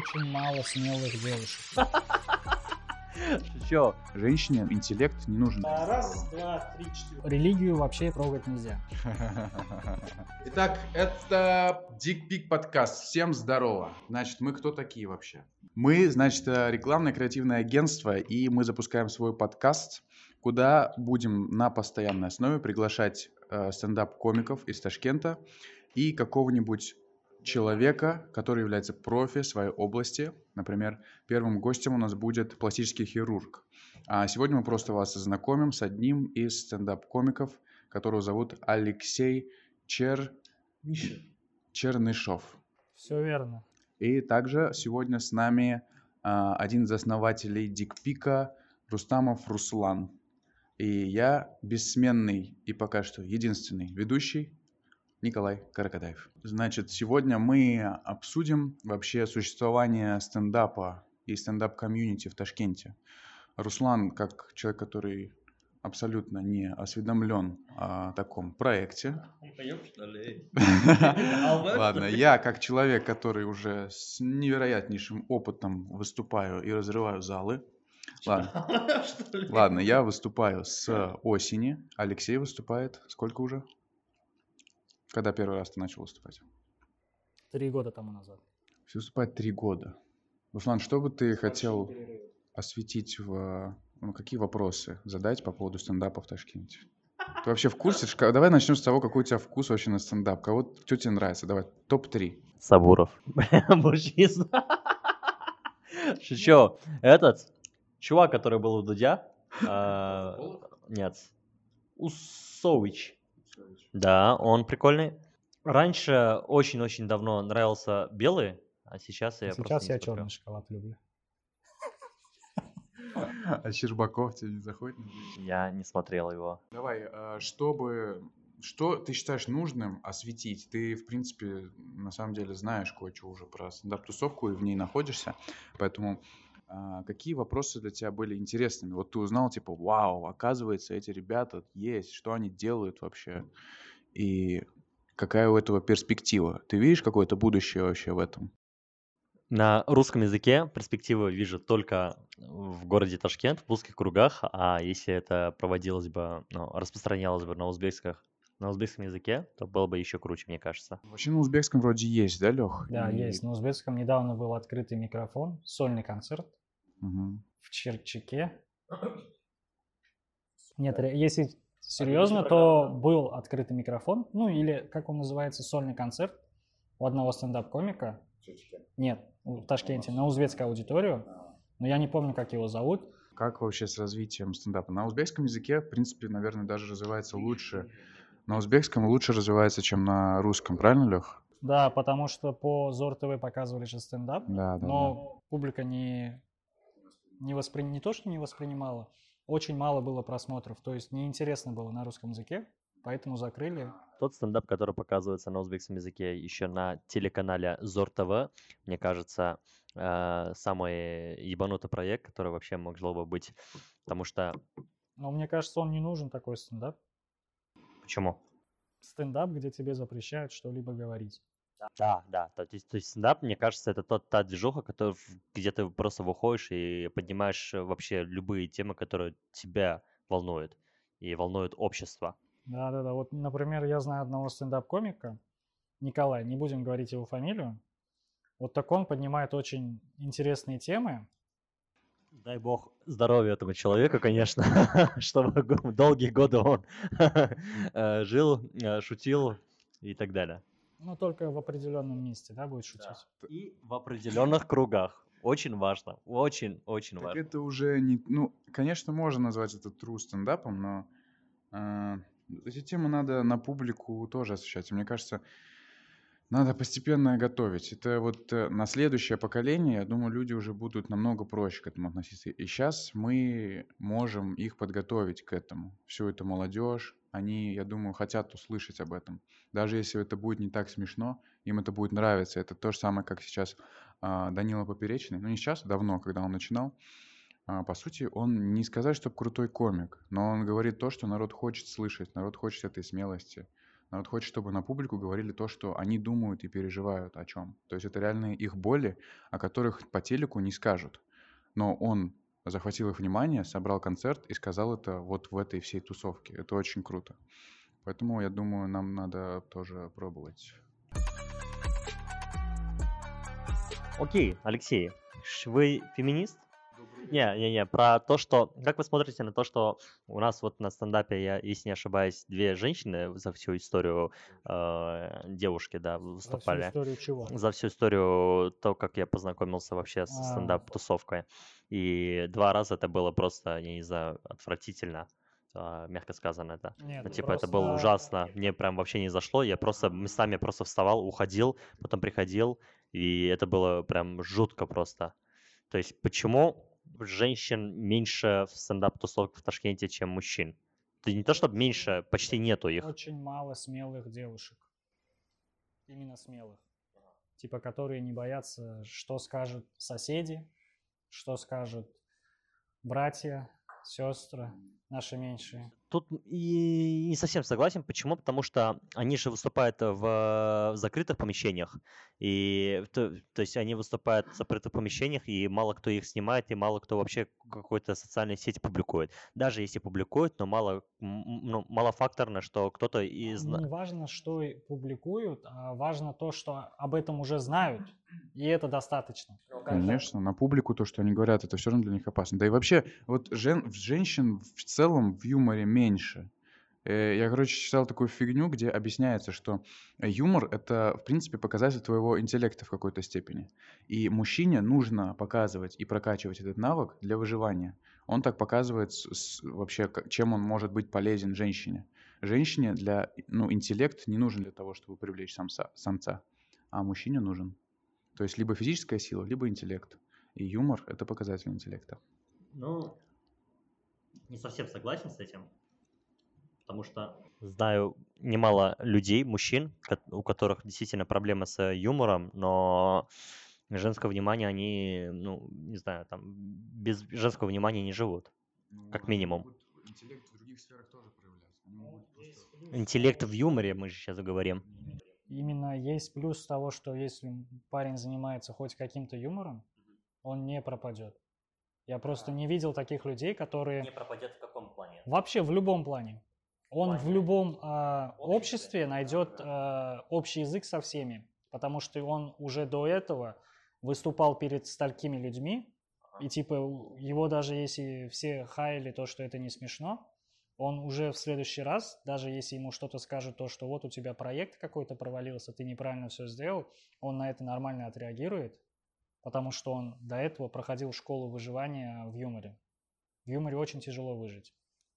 очень мало смелых девушек. Чё? Женщине интеллект не нужен. Раз, два, три, четыре. Религию вообще трогать нельзя. Итак, это Дикпик подкаст. Всем здорово. Значит, мы кто такие вообще? Мы, значит, рекламное креативное агентство, и мы запускаем свой подкаст, куда будем на постоянной основе приглашать стендап-комиков из Ташкента и какого-нибудь человека, который является профи в своей области. Например, первым гостем у нас будет пластический хирург. А сегодня мы просто вас знакомим с одним из стендап-комиков, которого зовут Алексей Чернышов. Все верно. И также сегодня с нами один из основателей Дикпика Рустамов Руслан. И я бессменный и пока что единственный ведущий Николай Каракадаев. Значит, сегодня мы обсудим вообще существование стендапа и стендап-комьюнити в Ташкенте. Руслан, как человек, который абсолютно не осведомлен о таком проекте. Ладно, я как человек, который уже с невероятнейшим опытом выступаю и разрываю залы. Ладно, я выступаю с осени. Алексей выступает сколько уже? Когда первый раз ты начал выступать? 3 года тому назад. Все выступает 3 года. Руслан, что бы ты хотел осветить какие вопросы задать по поводу стендапа в Ташкенте? Ты вообще в курсе? Давай начнем с того, какой у тебя вкус вообще на стендап. Что тебе нравится? Давай, топ-3. Сабуров. Больше не знаю. Шучу. Этот чувак, который был у Дудя. Нет. Усович. Да, он прикольный. Раньше очень-очень давно нравился белый, а сейчас я просто Сейчас я черный шоколад люблю. А Щербаков тебе не заходит? Я не смотрел его. Давай, что ты считаешь нужным осветить? Ты, в принципе, на самом деле знаешь кое-что уже про стендап-тусовку и в ней находишься, поэтому какие вопросы для тебя были интересными? Вот ты узнал, типа, вау, оказывается, эти ребята есть, что они делают вообще, и какая у этого перспектива? Ты видишь какое-то будущее вообще в этом? На русском языке перспективу вижу только в городе Ташкент, в узких кругах, а если это проводилось бы, распространялось бы на узбекском языке, то было бы еще круче, мне кажется. Вообще на узбекском вроде есть, да, Лех? Да, есть. На узбекском недавно был открытый микрофон, сольный концерт в Черчике. Нет, если серьезно, то был открытый микрофон, или, как он называется, сольный концерт у одного стендап-комика. Нет, в Ташкенте, на узбекскую аудиторию, но я не помню, как его зовут. Как вообще с развитием стендапа? На узбекском языке, в принципе, наверное, даже развивается лучше. На узбекском лучше развивается, чем на русском, правильно, Лех? Да, потому что по Зор ТВ показывали же стендап, Да. публика не то, что не воспринимала, очень мало было просмотров, то есть неинтересно было на русском языке, поэтому закрыли. Тот стендап, который показывается на узбекском языке еще на телеканале Зор ТВ, мне кажется, самый ебанутый проект, который вообще могло бы быть, потому что... Но мне кажется, он не нужен, такой стендап. Почему? Стендап, где тебе запрещают что-либо говорить. Да. То есть стендап, мне кажется, это та движуха, где ты просто выходишь и поднимаешь вообще любые темы, которые тебя волнуют и волнуют общество. Да. Вот, например, я знаю одного стендап-комика, Николай, не будем говорить его фамилию. Вот так он поднимает очень интересные темы. Дай бог здоровья этому человеку, конечно, чтобы долгие годы он жил, шутил и так далее. Только в определенном месте, да, будет шутить. Да. И в определенных кругах. Очень важно. Очень важно. Это уже не... конечно, можно назвать это true стендапом, но эти темы надо на публику тоже освещать. Мне кажется, надо постепенно готовить. Это вот на следующее поколение, я думаю, люди уже будут намного проще к этому относиться. И сейчас мы можем их подготовить к этому. Всю эту молодежь, они, я думаю, хотят услышать об этом. Даже если это будет не так смешно, им это будет нравиться. Это то же самое, как сейчас Данила Поперечный. Не сейчас, а давно, когда он начинал. По сути, он не сказать, что крутой комик, но он говорит то, что народ хочет слышать. Народ хочет этой смелости. Народ хочет, чтобы на публику говорили то, что они думают и переживают о чем. То есть это реальные их боли, о которых по телеку не скажут. Но он захватил их внимание, собрал концерт и сказал это вот в этой всей тусовке. Это очень круто. Поэтому, я думаю, нам надо тоже пробовать. Окей, Алексей, вы феминист? Не, про то, что... Как вы смотрите на то, что у нас вот на стендапе, я, если не ошибаюсь, 2 женщины за всю историю девушки, да, За всю выступали. историю чего? За всю историю, то, как я познакомился вообще со А. стендап-тусовкой. И 2 раза это было просто, я не знаю, отвратительно, мягко сказано это. Нет, Ну, типа, это было ужасно. Мне прям вообще не зашло. Я просто местами просто вставал, уходил, потом приходил, и это было прям жутко просто. То есть почему женщин меньше в стендап-тусовках в Ташкенте, чем мужчин? Это не то, чтобы меньше, почти нету их. Очень мало смелых девушек. Именно смелых. Типа, которые не боятся, что скажут соседи, что скажут братья, сестры, наши меньшие. Тут и не совсем согласен. Почему? Потому что они же выступают в закрытых помещениях. И то есть они выступают в закрытых помещениях, и мало кто их снимает, и мало кто вообще какой-то социальной сети публикует. Даже если публикуют, но малофакторно, что кто-то из... Не важно, что и публикуют, а важно то, что об этом уже знают, и это достаточно. Конечно, на публику то, что они говорят, это все равно для них опасно. Да и вообще, вот женщин в целом в юморе меньше. Я, короче, читал такую фигню, где объясняется, что юмор — это, в принципе, показатель твоего интеллекта в какой-то степени. И мужчине нужно показывать и прокачивать этот навык для выживания. Он так показывает вообще, чем он может быть полезен женщине. Женщине интеллект не нужен для того, чтобы привлечь самца, а мужчине нужен. То есть либо физическая сила, либо интеллект. И юмор — это показатель интеллекта. Ну, не совсем согласен с этим. Потому что знаю немало людей, мужчин, у которых действительно проблемы с юмором, но женского внимания они, не знаю, там без женского внимания не живут, как минимум. Интеллект в других сферах тоже проявляться. Интеллект в юморе, мы же сейчас говорим. Именно есть плюс того, что если парень занимается хоть каким-то юмором, он не пропадет. Я просто не видел таких людей, которые... Не пропадет в каком плане? Вообще в любом плане. Он в любом обществе найдет общий язык со всеми, потому что он уже до этого выступал перед столькими людьми, и типа его даже если все хаяли то, что это не смешно, он уже в следующий раз, даже если ему что-то скажут, то, что вот у тебя проект какой-то провалился, ты неправильно все сделал, он на это нормально отреагирует, потому что он до этого проходил школу выживания в юморе. В юморе очень тяжело выжить.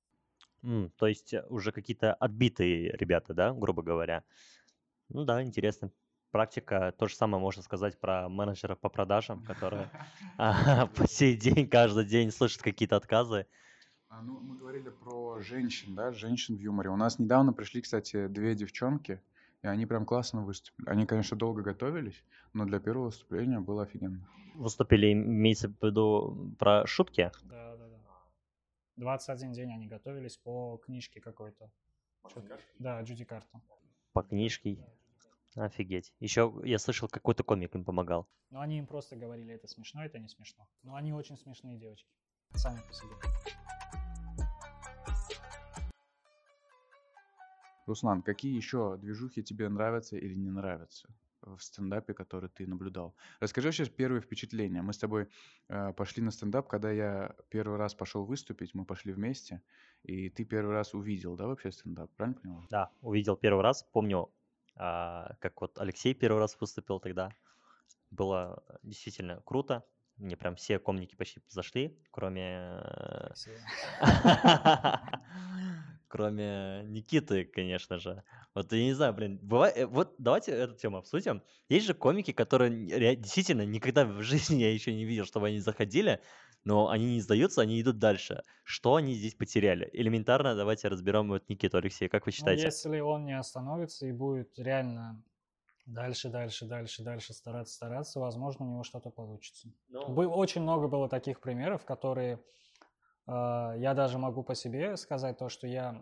То есть уже какие-то отбитые ребята, да, грубо говоря. Ну да, интересно. Практика, то же самое можно сказать про менеджеров по продажам, которые по сей день, каждый день слышат какие-то отказы. Мы говорили про женщин, да, женщин в юморе. У нас недавно пришли, кстати, 2 девчонки, и они прям классно выступили. Они, конечно, долго готовились, но для первого выступления было офигенно. Выступили, имеется в виду про шутки? Да. 21 день они готовились по книжке какой-то. Да, Джуди Карта. По книжке. Офигеть. Еще я слышал, какой-то комик им помогал. Но они им просто говорили, это смешно, это не смешно. Но они очень смешные девочки. Сами по себе. Руслан, какие еще движухи тебе нравятся или не нравятся в стендапе, который ты наблюдал? Расскажи сейчас первые впечатления. Мы с тобой пошли на стендап, когда я первый раз пошел выступить, мы пошли вместе, и ты первый раз увидел, да, вообще стендап, правильно понял? Да, увидел первый раз. Помню, как вот Алексей первый раз выступил тогда. Было действительно круто. Мне прям все комники почти зашли, кроме... Кроме Никиты, конечно же. Вот я не знаю, блин, бывает... Вот давайте эту тему обсудим. Есть же комики, которые действительно никогда в жизни я еще не видел, чтобы они заходили, но они не сдаются, они идут дальше. Что они здесь потеряли? Элементарно давайте разберем вот Никиту. Алексей, как вы считаете? Ну, если он не остановится и будет реально дальше стараться, возможно, у него что-то получится. Очень много было таких примеров, которые я даже могу по себе сказать, то, что я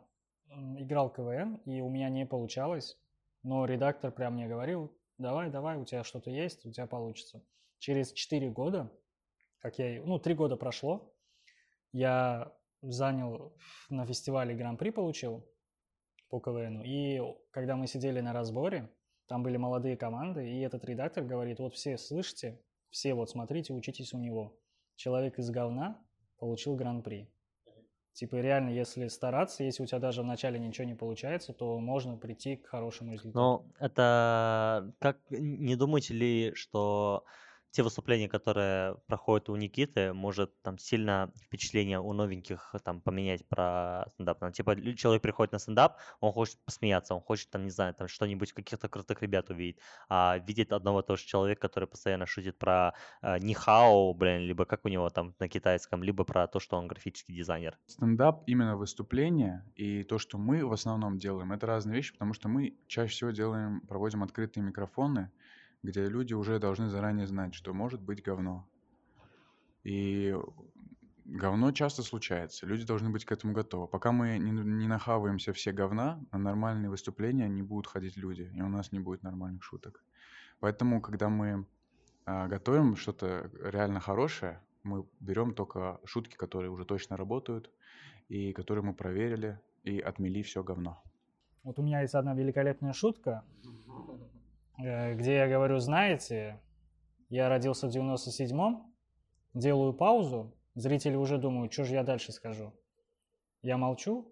играл КВН, и у меня не получалось, но редактор прям мне говорил, давай, у тебя что-то есть, у тебя получится. Через 4 года, 3 года прошло, я занял на фестивале Гран-при, получил по КВНу, и когда мы сидели на разборе, там были молодые команды, и этот редактор говорит, вот все слышите, все вот смотрите, учитесь у него. Человек из говна получил Гран-при. Типа реально, если стараться, если у тебя даже вначале ничего не получается, то можно прийти к хорошему результату. Но это как не думаете ли, что те выступления, которые проходят у Никиты, может там сильно впечатление у новеньких там поменять про стендап? Ну, типа человек приходит на стендап, он хочет посмеяться, он хочет там, не знаю, там что-нибудь, каких-то крутых ребят увидеть, а видит одного того же человека, который постоянно шутит про нихао, блин, либо как у него там на китайском, либо про то, что он графический дизайнер. Стендап, именно выступление и то, что мы в основном делаем, это разные вещи, потому что мы чаще всего проводим открытые микрофоны, где люди уже должны заранее знать, что может быть говно. И говно часто случается, люди должны быть к этому готовы. Пока мы не нахаваемся все говна, на нормальные выступления не будут ходить люди, и у нас не будет нормальных шуток. Поэтому, когда мы готовим что-то реально хорошее, мы берем только шутки, которые уже точно работают, и которые мы проверили, и отмели все говно. Вот у меня есть одна великолепная шутка, где я говорю, знаете, я родился в 97-м, делаю паузу, зрители уже думают, что же я дальше скажу. Я молчу.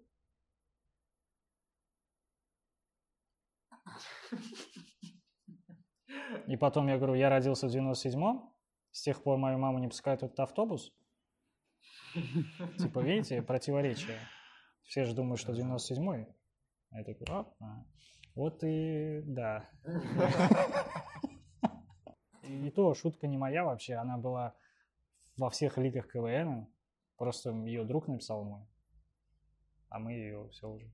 И потом я говорю, я родился в 97-м, с тех пор мою маму не пускают в этот автобус. Типа, видите, противоречие. Все же думают, что 97-й. А я такой, вот и да. И то шутка не моя вообще, она была во всех лигах КВН. Просто ее друг написал мой, а мы ее все уже.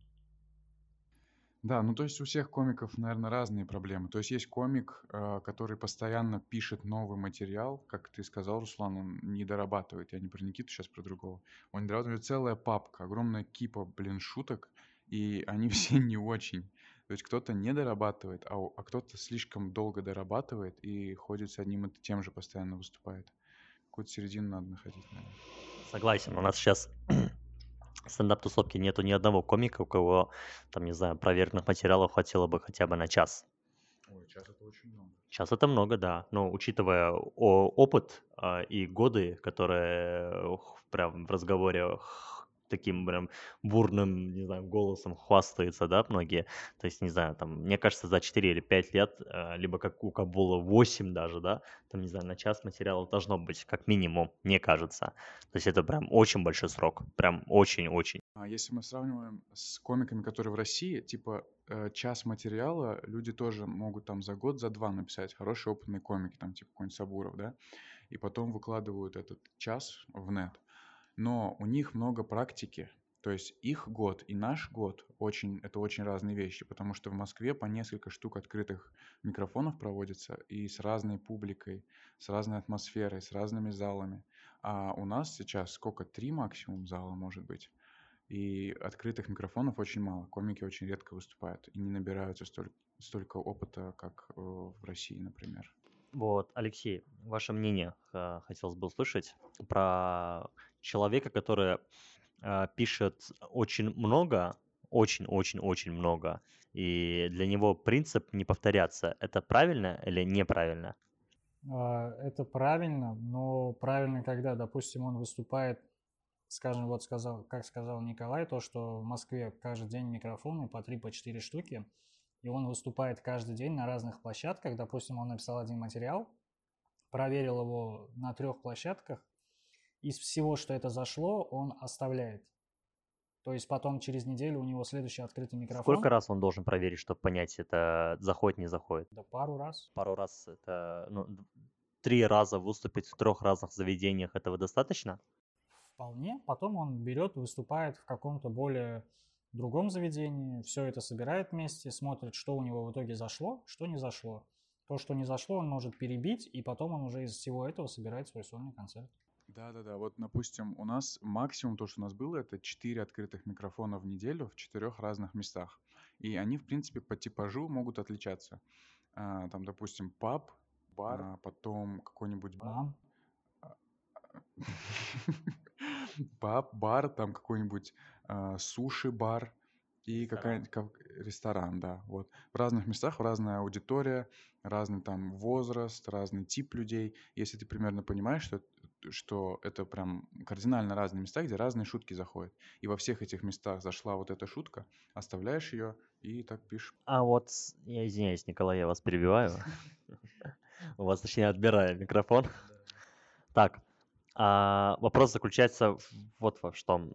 Да, ну то есть у всех комиков, наверное, разные проблемы. То есть есть комик, который постоянно пишет новый материал, как ты сказал, Руслан, он не дорабатывает. Я не про Никиту, сейчас про другого. Он не дорабатывает, целая папка, огромная кипа, шуток, и они все не очень. То есть кто-то не дорабатывает, а кто-то слишком долго дорабатывает и ходит с одним и тем же постоянно выступает. Какую-то середину надо находить, наверное. Согласен, у нас сейчас стендап-тусовки нету ни одного комика, у кого, там, не знаю, проверенных материалов хватило бы хотя бы на час. Ой, час это очень много. Час это много, да. Но учитывая опыт и годы, которые прям в разговоре таким прям бурным, не знаю, голосом хвастаются, да, многие. То есть, не знаю, там, мне кажется, за 4 или 5 лет, либо как у Кабула 8 даже, да, там, не знаю, на час материалов должно быть, как минимум, мне кажется. То есть это прям очень большой срок, прям очень-очень. А если мы сравниваем с комиками, которые в России, типа час материала, люди тоже могут там за год, за два написать хорошие опытные комики, там типа какой-нибудь Сабуров, да, и потом выкладывают этот час в нет. Но у них много практики, то есть их год и наш год это очень разные вещи, потому что в Москве по несколько штук открытых микрофонов проводится и с разной публикой, с разной атмосферой, с разными залами. А у нас сейчас сколько? 3 максимум зала может быть. И открытых микрофонов очень мало. Комики очень редко выступают и не набираются столько опыта, как в России, например. Вот, Алексей, ваше мнение хотелось бы услышать про человека, который пишет очень много, очень-очень-очень много, и для него принцип не повторяться. Это правильно или неправильно? Это правильно, но правильно, когда, допустим, он выступает, скажем, как сказал Николай, то, что в Москве каждый день микрофоны по 3, по 4 штуки, и он выступает каждый день на разных площадках. Допустим, он написал один материал, проверил его на 3 площадках, из всего, что это зашло, он оставляет. То есть потом через неделю у него следующий открытый микрофон. Сколько раз он должен проверить, чтобы понять, это заходит, не заходит? Да пару раз. Пару раз это, 3 раза выступить в 3 разных заведениях, этого достаточно? Вполне. Потом он берет, выступает в каком-то более другом заведении, все это собирает вместе, смотрит, что у него в итоге зашло, что не зашло. То, что не зашло, он может перебить, и потом он уже из всего этого собирает свой сольный концерт. Да-да-да, вот, допустим, у нас максимум, то, что у нас было, это 4 открытых микрофона в неделю в 4 разных местах. И они, в принципе, по типажу могут отличаться. Там, допустим, паб, бар, потом какой-нибудь Мам, а, паб, бар, там какой-нибудь суши-бар и Ресторан. какая-нибудь ресторан, да, вот. В разных местах, разная аудитория, разный там возраст, разный тип людей. Если ты примерно понимаешь, что это прям кардинально разные места, где разные шутки заходят. И во всех этих местах зашла вот эта шутка, оставляешь ее и так пишешь. А вот, я извиняюсь, Николай, я вас перебиваю. У вас, точнее, отбираю микрофон. Так, вопрос заключается вот во что.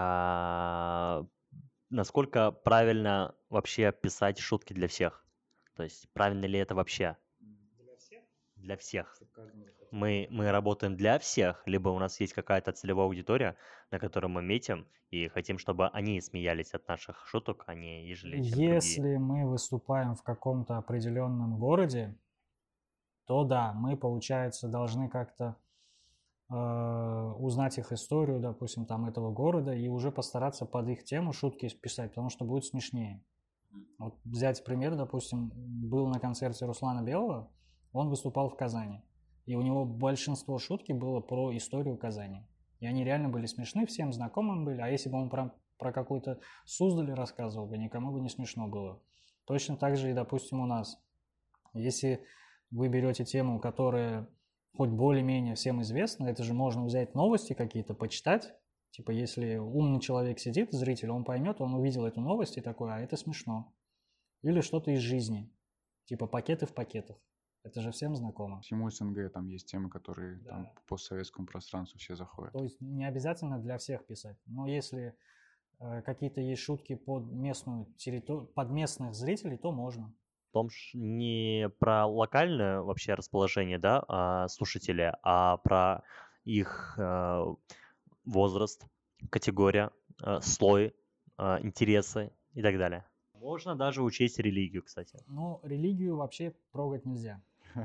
Насколько правильно вообще писать шутки для всех? То есть правильно ли это вообще? Для всех. Мы работаем для всех, либо у нас есть какая-то целевая аудитория, на которую мы метим, и хотим, чтобы они смеялись от наших шуток, а не ежели чем другие. если мы выступаем в каком-то определенном городе, то да, мы, получается, должны как-то узнать их историю, допустим, там этого города, и уже постараться под их тему шутки писать, потому что будет смешнее. Вот взять пример, допустим, был на концерте Руслана Белого, он выступал в Казани, и у него большинство шутки было про историю Казани. И они реально были смешны, всем знакомым были, а если бы он про какой-то Суздаль рассказывал бы, никому бы не смешно было. Точно так же и, допустим, у нас. Если вы берете тему, которая хоть более-менее всем известна, это же можно взять новости какие-то, почитать. Типа, если умный человек сидит, зритель, он поймет, он увидел эту новость и такой, а это смешно. Или что-то из жизни. Типа пакеты в пакетах. Это же всем знакомо. Всему СНГ там есть темы, которые там по постсоветскому пространству все заходят. То есть не обязательно для всех писать. Но если какие-то есть шутки под местную территорию, под местных зрителей, то можно. В том не про локальное вообще расположение, да, слушателя, а про их возраст, категория, слой, интересы и так далее. Можно даже учесть религию, кстати. Но религию вообще трогать нельзя.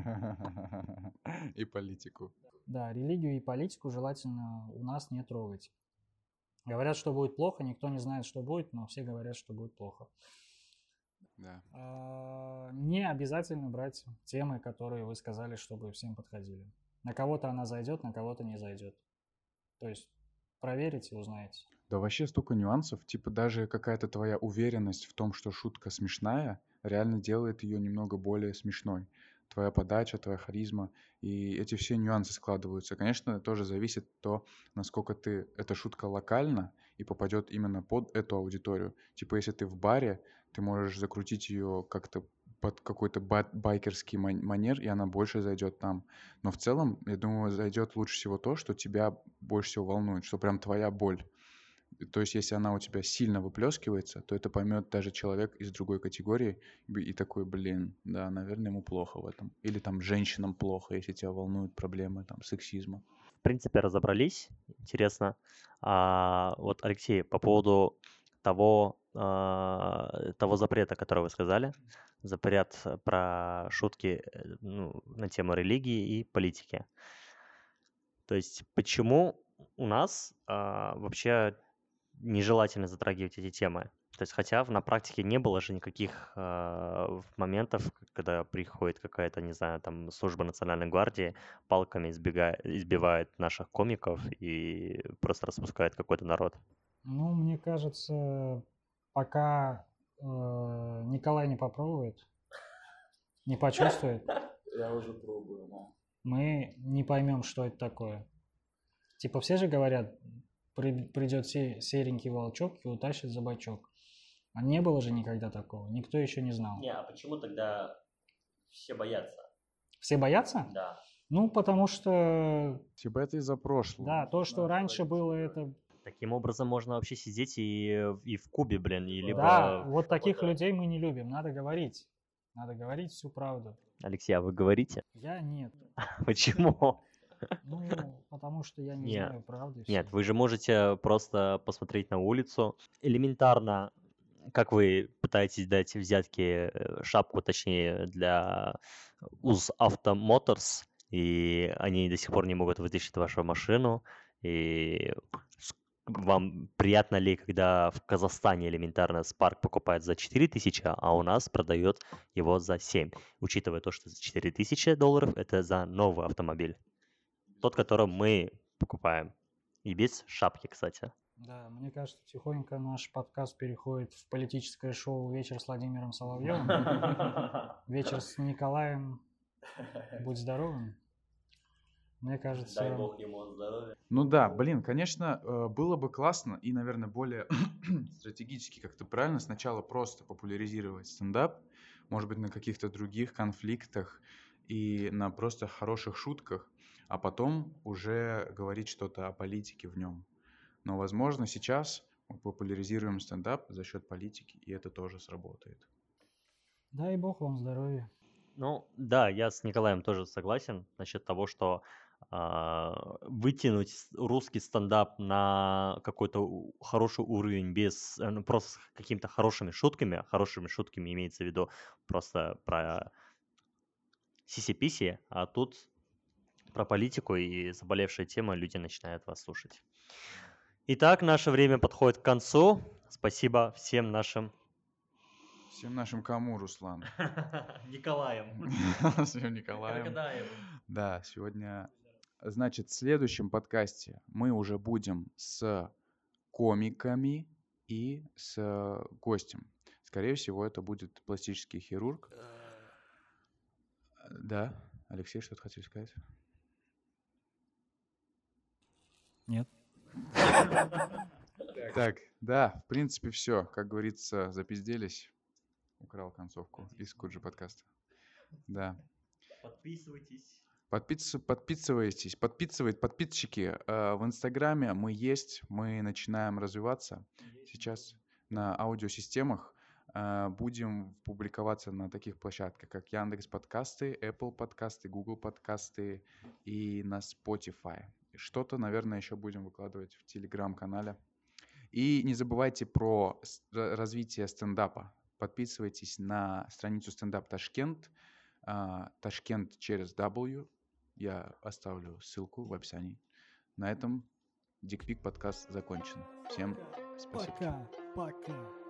И политику. Да, религию и политику желательно у нас не трогать. Говорят, что будет плохо, никто не знает, что будет, но все говорят, что будет плохо. Да. Не обязательно брать темы, которые вы сказали, чтобы всем подходили. На кого-то она зайдет, на кого-то не зайдет. То есть проверите, узнаете. Да вообще столько нюансов, типа даже какая-то твоя уверенность в том, что шутка смешная, реально делает ее немного более смешной. Твоя подача, твоя харизма, и эти все нюансы складываются. Конечно, тоже зависит то, насколько эта шутка локальна и попадет именно под эту аудиторию. Типа если ты в баре, ты можешь закрутить ее как-то под какой-то байкерский манер, и она больше зайдет там. Но в целом, я думаю, зайдет лучше всего то, что тебя больше всего волнует, что прям твоя боль. То есть, если она у тебя сильно выплескивается, то это поймет даже человек из другой категории и такой, блин, да, наверное, ему плохо в этом. Или там женщинам плохо, если тебя волнуют проблемы там сексизма. В принципе, разобрались. Интересно. Вот, Алексей, по поводу того запрета, который вы сказали, запрет про шутки на тему религии и политики. То есть, почему у нас вообще нежелательно затрагивать эти темы? То есть, хотя на практике не было же никаких моментов, когда приходит какая-то, не знаю, там, служба национальной гвардии, палками избивает наших комиков и просто распускает какой-то народ. Ну, мне кажется, пока Николай не попробует, не почувствует, Я уже пробую, да. мы не поймем, что это такое. Типа все же говорят, придет серенький волчок и утащит за бочок. А не было же никогда такого, никто еще не знал. А почему тогда все боятся? Все боятся? Да. Ну, потому что, Типа это из-за прошлого. да, то, что раньше было, это... Таким образом можно вообще сидеть и в Кубе, блин, и либо... Да, вот таких людей мы не любим, надо говорить. Надо говорить всю правду. Алексей, а вы говорите? Я нет. Почему? Ну, потому что я не знаю правды. Нет, вы же можете просто посмотреть на улицу. Элементарно, как вы пытаетесь дать взятки, шапку, точнее, для УЗ Автомоторс, и они до сих пор не могут вытащить вашу машину, и вам приятно ли, когда в Казахстане элементарно Spark покупает за 4000, а у нас продает его за 7, учитывая то, что за $4000 это за новый автомобиль, тот, который мы покупаем, и без шапки, кстати. Да, мне кажется, тихонько наш подкаст переходит в политическое шоу «Вечер с Владимиром Соловьевым», «Вечер с Николаем». Будь здоровым. Мне кажется... Дай бог ему здоровья. Ну да, блин, конечно, было бы классно и, наверное, более стратегически как-то правильно сначала просто популяризировать стендап, может быть, на каких-то других конфликтах и на просто хороших шутках, а потом уже говорить что-то о политике в нем. Но, возможно, сейчас мы популяризируем стендап за счет политики, и это тоже сработает. Дай бог вам здоровья. Ну, да, я с Николаем тоже согласен насчет того, что вытянуть русский стендап на какой-то хороший уровень без просто с какими-то хорошими шутками имеется в виду просто про сиси-писи, а тут про политику и заболевшая тема, люди начинают вас слушать. Итак, наше время подходит к концу. Спасибо всем нашим... Всем нашим кому, Руслан? Николаем. Всем Николаем. Да, сегодня... Значит, в следующем подкасте мы уже будем с комиками и с гостем. Скорее всего, это будет пластический хирург. Да, Алексей, что ты хотел сказать? Нет. Так, да, в принципе, все. Как говорится, запизделись. Украл концовку из Куджи подкаста. Да. Подписывайтесь. Подписывайтесь, подписчики. В Инстаграме мы есть, мы начинаем развиваться. Сейчас на аудиосистемах будем публиковаться на таких площадках, как Яндекс подкасты, Apple подкасты, Google подкасты и на Spotify. Что-то, наверное, еще будем выкладывать в Telegram-канале. И не забывайте про развитие стендапа. Подписывайтесь на страницу стендап Ташкент. Ташкент через W. Я оставлю ссылку в описании. На этом Дикпик подкаст закончен. Всем спасибо. Пока.